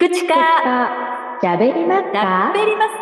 口かしゃべりますしゃか。 べります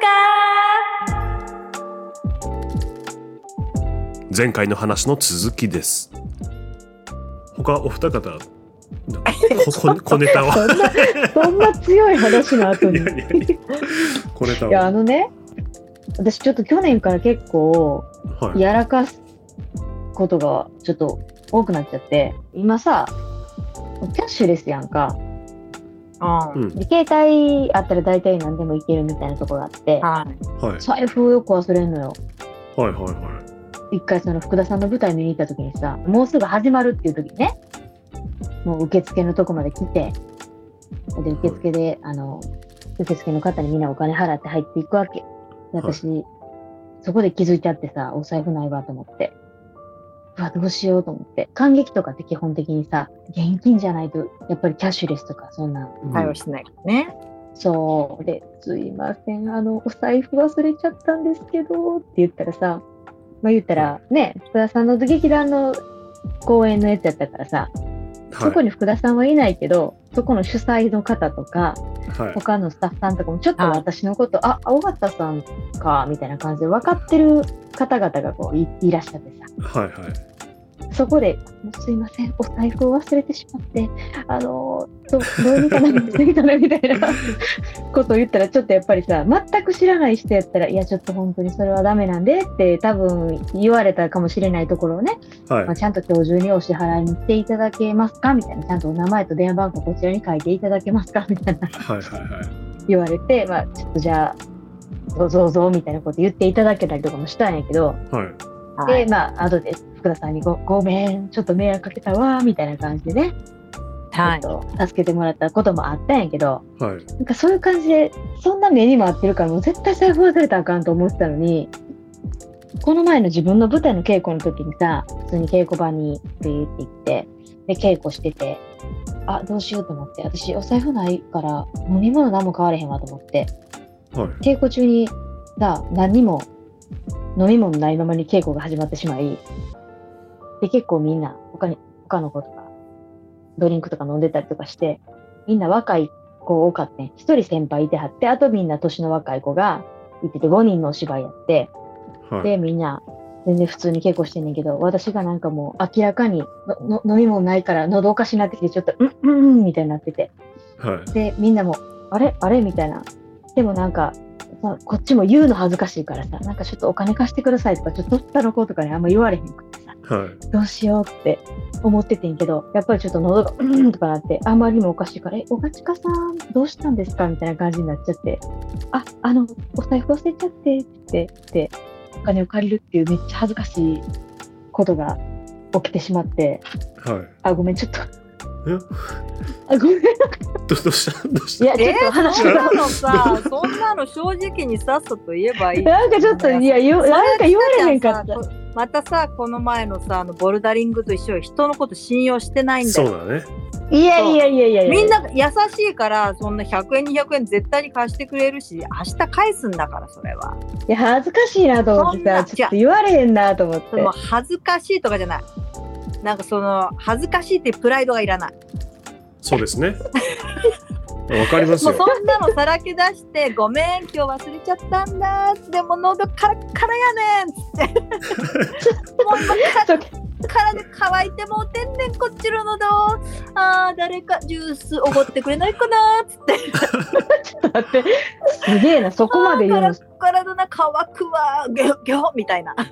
前回の話の続きです。他お二方小ネタはそんな強い話の後にいや小ネタいやは私ちょっと去年から結構はいやらかすことがちょっと多くなっちゃって、今さキャッシュレスやんか。 うんで携帯あったら大体何でもいけるみたいなところがあって、 はい財布をよく忘れんのよ。 はいはいは一回その福田さんの舞台見に行った時にさ、もうすぐ始まるっていう時にね、もう受付のとこまで来て、で受付で、受付の方にみんなお金払って入っていくわけ。で私、そこで気づいちゃってさ、お財布ないわと思って。うわ、どうしようと思って。感激とかって基本的にさ、現金じゃないと、やっぱりキャッシュレスとかそんな。 い。 対応しないね。 そう。で、すいません、お財布忘れちゃったんですけど、って言ったらさ、言ったらね、福田さんの劇団の公演のやつやったからさ、そこに福田さんはいないけど、そこの主催の方とか、 はい他のスタッフさんとかもちょっと私のこと、尾形さんか、みたいな感じで分かってる方々がこう いらっしゃってさ、 はいはいそこで、すいません、お財布を忘れてしまって、どうにかなってきたらみたいなことを言ったら、ちょっとやっぱりさ、全く知らない人やったら、いや、ちょっと本当にそれはダメなんでって多分言われたかもしれないところをね、 はいちゃんと今日中にお支払いに来ていただけますかみたいな、ちゃんとお名前と電話番号こちらに書いていただけますかみたいなはいはいはい言われて、ちょっとじゃあ、どうぞみたいなこと言っていただけたりとかもしたんやけど、 はいで、後で福田さんにごめん、ちょっと迷惑かけたわ、みたいな感じでね、 はい。 ちょっと助けてもらったこともあったんやけど、 はいなんかそういう感じで、そんな目にも合ってるから、もう絶対財布忘れたらあかんと思ってたのに、この前の自分の舞台の稽古の時にさ、普通に稽古場に行って、で、稽古してて、どうしようと思って、私お財布ないから飲み物何も買われへんわと思って、 はい稽古中にさ、何にも飲み物ないままに稽古が始まってしまい、で、結構みんな他の子とか、ドリンクとか飲んでたりとかして、みんな若い子多かったね。一人先輩いてはって、あとみんな年の若い子がいてて、5人のお芝居やって、 はいで、みんな全然普通に稽古してんねんけど、私がなんかもう明らかに飲み物ないから喉おかしになってきて、ちょっと、みたいになってて。 はいで、みんなも、あれみたいな。でもなんか、こっちも言うの恥ずかしいからさ、なんかちょっとお金貸してくださいとか、ちょっと下の子とかにあんま言われへんくてさ、 はいどうしようって思っててんけど、やっぱりちょっと喉がとかなって、あまりにもおかしいから、おがちかさんどうしたんですかみたいな感じになっちゃって、お財布忘れちゃってって言って、お金を借りるっていうめっちゃ恥ずかしいことが起きてしまって、 はいごめん、ちょっと。 えごめん。 どうしたいや、ちょっと話が。 そんなの正直にさっさと言えばいい。 なんかちょっと、なんか言われへんかった。 またさ、この前のさ、ボルダリングと一緒に人のこと信用してないんだよ。 そうだね。 いや。 みんな優しいから、そんな100円200円絶対に貸してくれるし、明日返すんだから、それは。 いや、恥ずかしいなと思ってさ、ちょっと言われへんなと思って。 もう恥ずかしいとかじゃない。なんか恥ずかしいっていうプライドがいらない。 そうですね。わかりますよ。 もうそんなのさらけ出して、ごめん、今日忘れちゃったんだ。でも喉カラッカラやねんっつって。もう体で乾いてもうてんねん、こっちの喉。誰かジュースおごってくれないかなっつって。 ちょっと待って。すげえな、そこまで言うの。 体が乾くわ、ギョみたいな。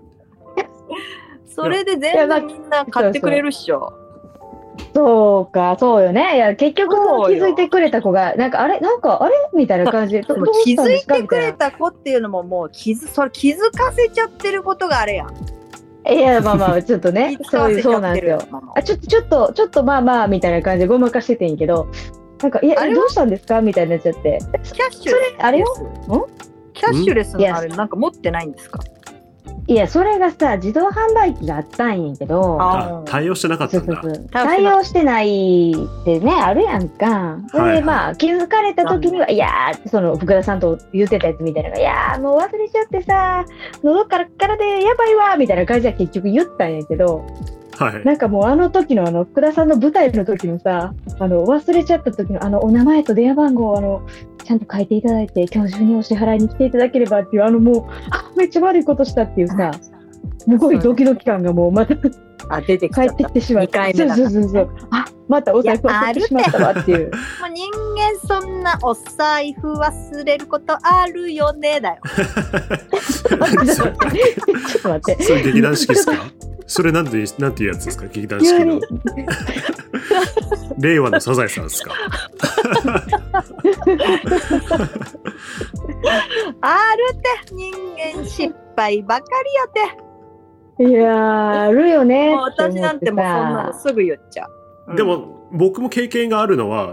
それで全部みんな買ってくれるっしょ。 そうか、そうよね。いや、結局気づいてくれた子が、なんかあれみたいな感じで。 でも気づいてくれた子っていうのももうそれ気づかせちゃってることがあれやん。 いや、ちょっとね、そうなんですよ。ちょっとみたいな感じでごまかしててんけど、なんか、いや、どうしたんですかみたいになっちゃって。 キャッシュレス。あれよ。キャッシュレスのあれなんか持ってないんですか？ いや、それがさ、自動販売機があったんやけど、 対応してなかったんだ。 対応してないってね、あるやんか。それで気づかれた時には、いやー、その福田さんと言ってたやつみたいなのが、いやー、もう忘れちゃってさ、喉からでやばいわみたいな感じは結局言ったんやけど、 はい。 なんかもうあの時の福田さんの舞台の時のさ、忘れちゃった時のお名前と電話番号をちゃんと書いていただいて、今日中にお支払いに来ていただければっていう、もう、めっちゃ悪いことしたっていうさ、すごいドキドキ感がもうまた出てきちゃった。 帰ってきてしまって。 2回目だから。 そう。またお財布忘れてしまったわっていう。 もう人間そんなお財布忘れることあるよねだよ。 ちょっと待って。 それ劇団四季ですか？それなんていうやつですか？劇団四季の。令和のサザエさんですか？ あるって人間失敗ばかりやて。 いやー、あるよね。 もう私なんてもうそんなのすぐ言っちゃう。 でも僕も経験があるのは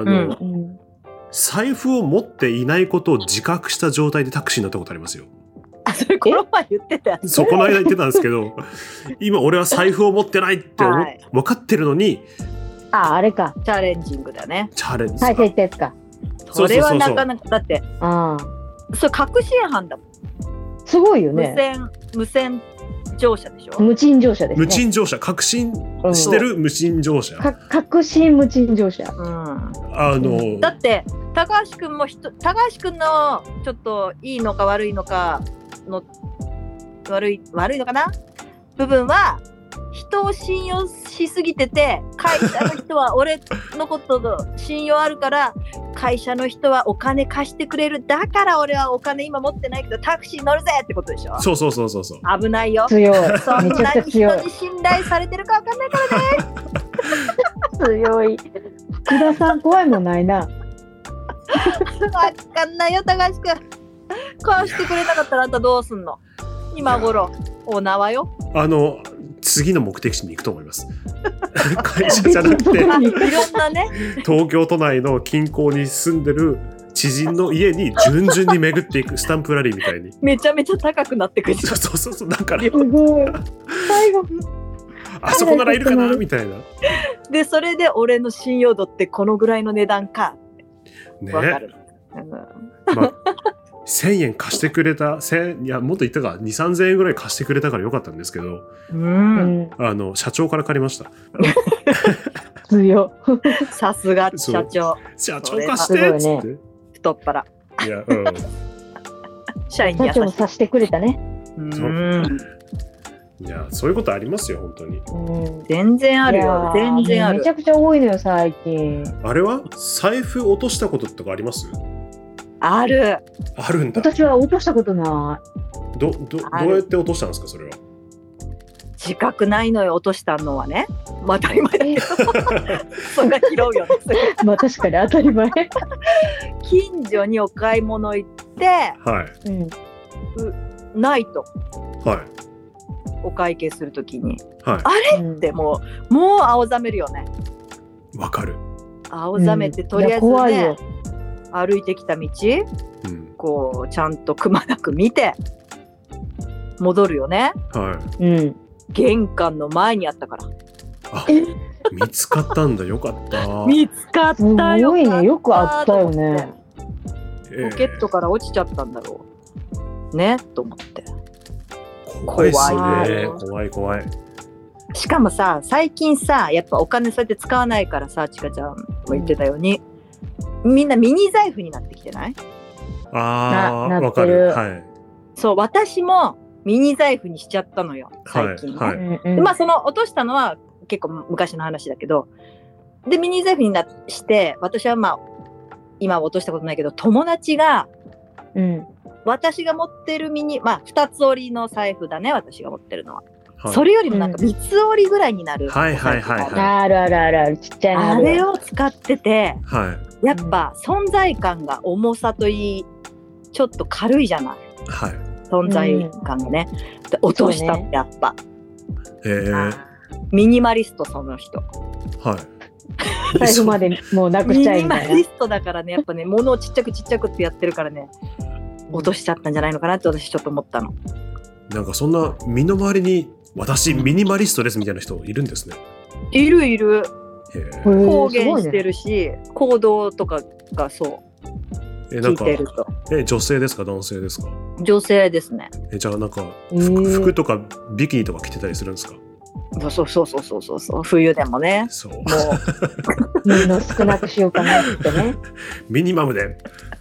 財布を持っていないことを自覚した状態でタクシーに乗ったことありますよ。 あ、それこの前言ってたやつ。 そこの間言ってたんですけど、今俺は財布を持ってないって分かってるのに、 あれか。 チャレンジングだね。 チャレンジ。 再生したやつか。 それはなかなかだって、それ確信犯だもん。 すごいよね。 無線乗車でしょ。 無賃乗車ですね。 無賃乗車、確信してる無賃乗車。 確信無賃乗車。 だって高橋くんのちょっといいのか悪いのかの悪いのかな部分は、人を信用しすぎてて、会社の人は俺のことの信用あるから会社の人はお金貸してくれる、だから俺はお金今持ってないけどタクシー乗るぜってことでしょ。 そう危ないよ。 強い。 そんなに人に信頼されてるか分かんないからね。 強い。福田さん怖いもんないな。 分かんないよ高橋くん。貸してくれなかったらあんたどうすんの？今頃お縄よ。 次の目的地に行くと思います。会社じゃなくて、いろんなね、 東京都内の近郊に住んでる知人の家に順々に巡っていく、スタンプラリーみたいに。 めちゃめちゃ高くなってくる。 そうだから。 すごい。最後。 あそこならいるかなみたいな。 でそれで俺の信用度ってこのぐらいの値段か。 ね。 わかる。 1000円貸してくれた、いやもっと言ったか 2,3000 円ぐらい貸してくれたからよかったんですけど、社長から借りました。 強さすが社長貸してっつって、 太っ腹。 いや、 社員に優しい。 社長もさしてくれたね。 いや、そういうことありますよ本当に。 全然あるよ。全然ある。 めちゃくちゃ多いのよ最近。 あれは財布落としたこととかあります？ あるんだ。 私は落としたことない。 どうやって落としたんですかそれは？ 自覚ないのよ、落としたのはね。当たり前だけどそんな拾うよね。 まあ確かに当たり前。 近所にお買い物行って、ないと、お会計するときに、あれってもう青ざめるよね。 わかる。 青ざめて、とりあえずね、歩いてきた道、こうちゃんとくまなく見て戻るよね。玄関の前にあったから。 見つかったんだ。よかった。 見つかったよ。すごいね。よくあったよね。 ポケットから落ちちゃったんだろうねと思って。 怖いですね。怖い。 しかもさ、最近さ、やっぱお金そうやって使わないからさ、ちかちゃんも言ってたように、みんなミニ財布になってきてない？ わかる。 そう、私もミニ財布にしちゃったのよ最近ね。その落としたのは結構昔の話だけど、でミニ財布にして私は今は落としたことないけど、友達が、私が持ってる2つ折りの財布だね、私が持ってるのは。それよりもなんか3つ折りぐらいになる。 あるちっちゃいのあれを使ってて、やっぱ存在感が重さといいちょっと軽いじゃない。存在感がね、落としたってやっぱ、ミニマリストその人。 財布までもうなくしちゃいみたいな。 ミニマリストだからね、やっぱね、物をちっちゃくってやってるからね、落としちゃったんじゃないのかなって私ちょっと思ったの。 なんかそんな身の回りに私ミニマリストですみたいな人いるんですね。 いる。公言してるし、行動とかがそう聞いてると。 女性ですか男性ですか？ 女性ですね。 じゃあなんか服とかビキニとか着てたりするんですか？ そう冬でもねそうもう布少なくしようかなってね。 ミニマムで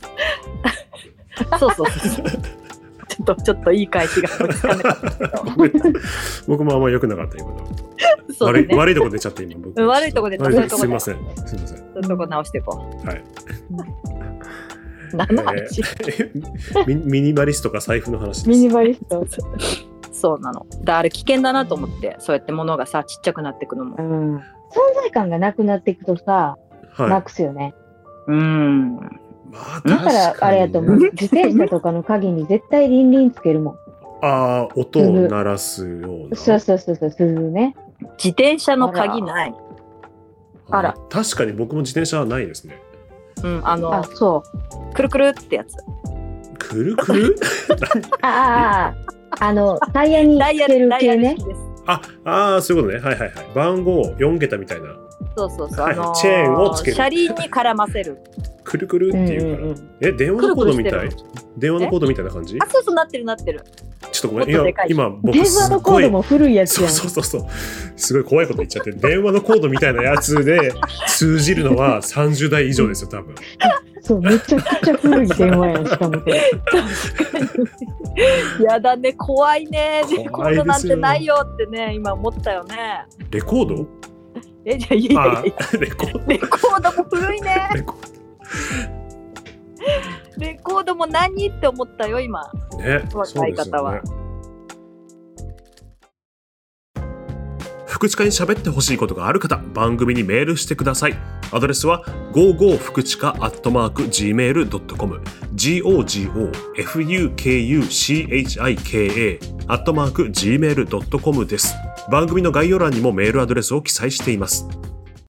そうちょっといい返しがつかなかったけど僕もあんま良くなかった今の、 そうだね悪いとこ出ちゃって今僕悪いとこ出た悪いそういうとこすいませんそういうとこ直していこはい、 う何の話、 ミニマリストか財布の話です。 ミニマリスト。 そうなのだあれ危険だなと思ってそうやって物がさちっちゃくなっていくのも存在感がなくなっていくとさ、 はい、 なくすよね。 まあだからあれやと思う。自転車とかの鍵に絶対リンリンつけるもん。 ああ、音を鳴らすような。 そう、鈴ね。 自転車の鍵ない。 あら。 確かに僕も自転車はないですね。 そう。 くるくるってやつ。 くるくるタイヤにつける系ね。 そういうことね。はい。番号4桁みたいな。 そう。 はいチェーンをつける。 車輪に絡ませる。 くるくるっていうから。電話のコードみたい？電話のコードみたいな感じ？ そうなってる。 ちょっとごめん。今僕電話のコードも古いやつやん。 そう。すごい怖いこと言っちゃって。電話のコードみたいなやつで通じるのは30代以上ですよ、多分。 そう、めちゃくちゃ古い電話やん、しかもこれ。 やだね、怖いね。レコードなんてないよってね、今思ったよね。 レコード？ いやレコードも古いね。レコードも何って思ったよ今。 ね、 若い方は。 福知課に喋ってほしいことがある方、番組にメールしてください。アドレスは55福知課@gmail.com gogofukuchika@gmail.com です。番組の概要欄にもメールアドレスを記載しています。